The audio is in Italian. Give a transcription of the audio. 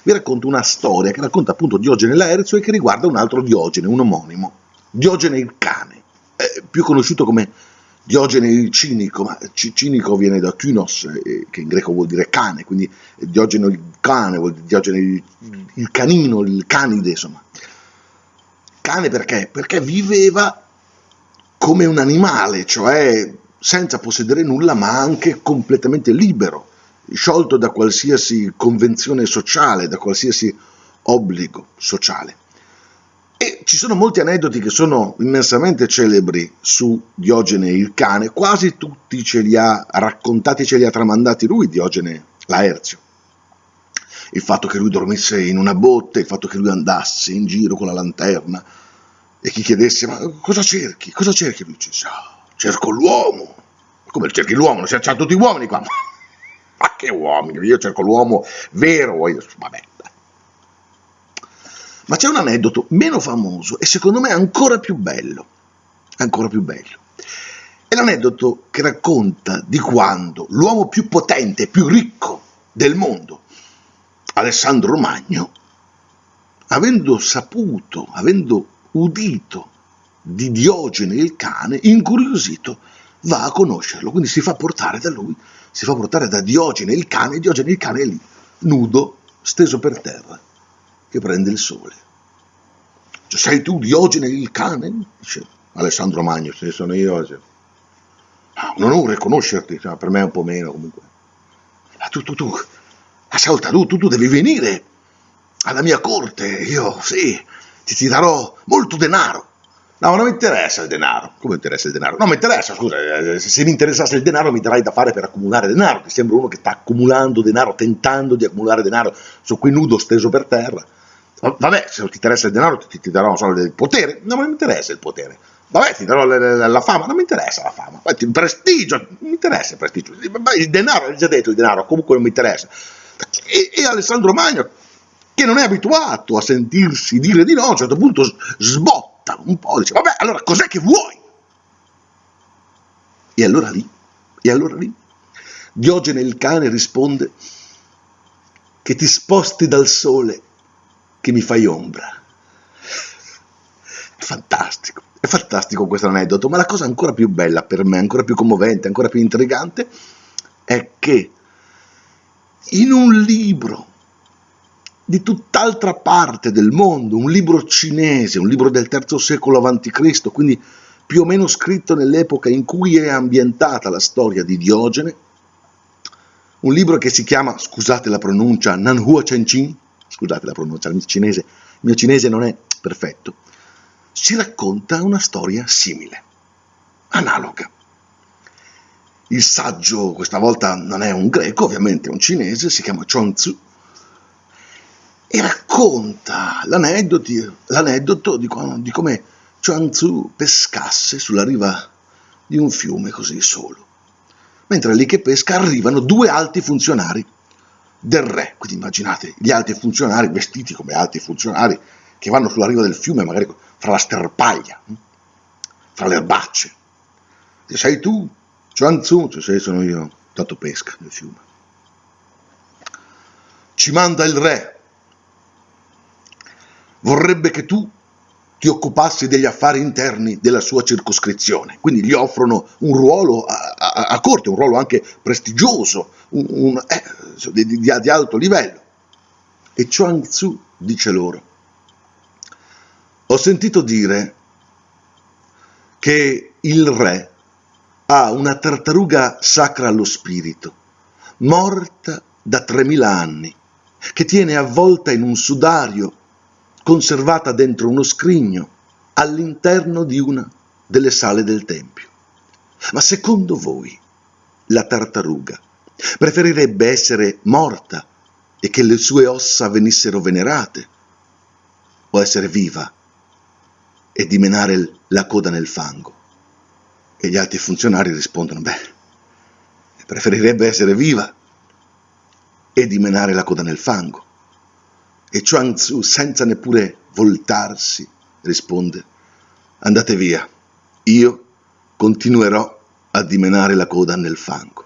vi racconto una storia che racconta appunto Diogene Laerzio e che riguarda un altro Diogene, un omonimo, Diogene il cane, più conosciuto come Diogene il cinico, ma cinico viene da kynos, che in greco vuol dire cane, quindi Diogene il cane, vuol dire Diogene il canino, il canide, insomma. Cane perché? Perché viveva come un animale, cioè senza possedere nulla, ma anche completamente libero, sciolto da qualsiasi convenzione sociale, da qualsiasi obbligo sociale. E ci sono molti aneddoti che sono immensamente celebri su Diogene il cane, quasi tutti ce li ha raccontati, ce li ha tramandati lui, Diogene Laerzio. Il fatto che lui dormisse in una botte, il fatto che lui andasse in giro con la lanterna e chi chiedesse ma cosa cerchi? Cosa cerchi? Lui dice cerco l'uomo. Come cerchi l'uomo? Non c'hanno tutti uomini qua. Ma che uomini? Io cerco l'uomo vero. Vabbè. Ma c'è un aneddoto meno famoso e secondo me ancora più bello. Ancora più bello. È l'aneddoto che racconta di quando l'uomo più potente e più ricco del mondo, Alessandro Magno, avendo saputo, avendo udito di Diogene il cane, incuriosito, va a conoscerlo, quindi si fa portare da lui, si fa portare da Diogene il cane, e Diogene il cane è lì, nudo, steso per terra, che prende il sole. Cioè, sei tu Diogene il cane? Dice Alessandro Magno, se sono io. Dice, un onore conoscerti, cioè, per me è un po' meno comunque. Ma tu, ascolta, tu devi venire alla mia corte, io, sì, ti darò molto denaro. No, non mi interessa il denaro. Come interessa il denaro? No, mi interessa, scusa, se mi interessasse il denaro mi darai da fare per accumulare denaro. Ti sembra uno che sta accumulando denaro, tentando di accumulare denaro, sono qui nudo, steso per terra. Vabbè, se non ti interessa il denaro ti darò solo il potere. No, ma non mi interessa il potere. Vabbè, ti darò la fama, non mi interessa la fama. Il prestigio, non mi interessa il prestigio. Il denaro, hai già detto il denaro, comunque non mi interessa. E Alessandro Magno, che non è abituato a sentirsi dire di no, a un certo punto sbotta un po', dice, vabbè, allora cos'è che vuoi? E allora lì, Diogene il cane risponde che ti sposti dal sole, che mi fai ombra. È fantastico questo aneddoto, ma la cosa ancora più bella per me, ancora più commovente, ancora più intrigante, è che in un libro di tutt'altra parte del mondo, un libro cinese, un libro del III secolo a.C., quindi più o meno scritto nell'epoca in cui è ambientata la storia di Diogene, un libro che si chiama, scusate la pronuncia, Nanhua Chenchin, scusate la pronuncia, il mio cinese non è perfetto, ci racconta una storia simile, analoga. Il saggio, questa volta non è un greco, ovviamente è un cinese, si chiama Chuang-Tzu, e racconta l'aneddoto di come Chuang-Tzu pescasse sulla riva di un fiume così solo. Mentre lì che pesca arrivano due alti funzionari del re, quindi immaginate gli alti funzionari vestiti come alti funzionari che vanno sulla riva del fiume, magari fra la sterpaglia, fra le erbacce. E sei tu, Chuang-Tzu? Cioè, se sono io, dato pesca nel fiume. Ci manda il re. Vorrebbe che tu ti occupassi degli affari interni della sua circoscrizione, quindi gli offrono un ruolo a corte, un ruolo anche prestigioso, di alto livello. E Chuang-Tzu dice loro, ho sentito dire che il re ha una tartaruga sacra allo spirito, morta da 3000 anni, che tiene avvolta in un sudario, conservata dentro uno scrigno all'interno di una delle sale del tempio. Ma secondo voi la tartaruga preferirebbe essere morta e che le sue ossa venissero venerate o essere viva e dimenare la coda nel fango? E gli altri funzionari rispondono, preferirebbe essere viva e dimenare la coda nel fango. E Chuang-Tzu, senza neppure voltarsi, risponde, andate via, io continuerò a dimenare la coda nel fango.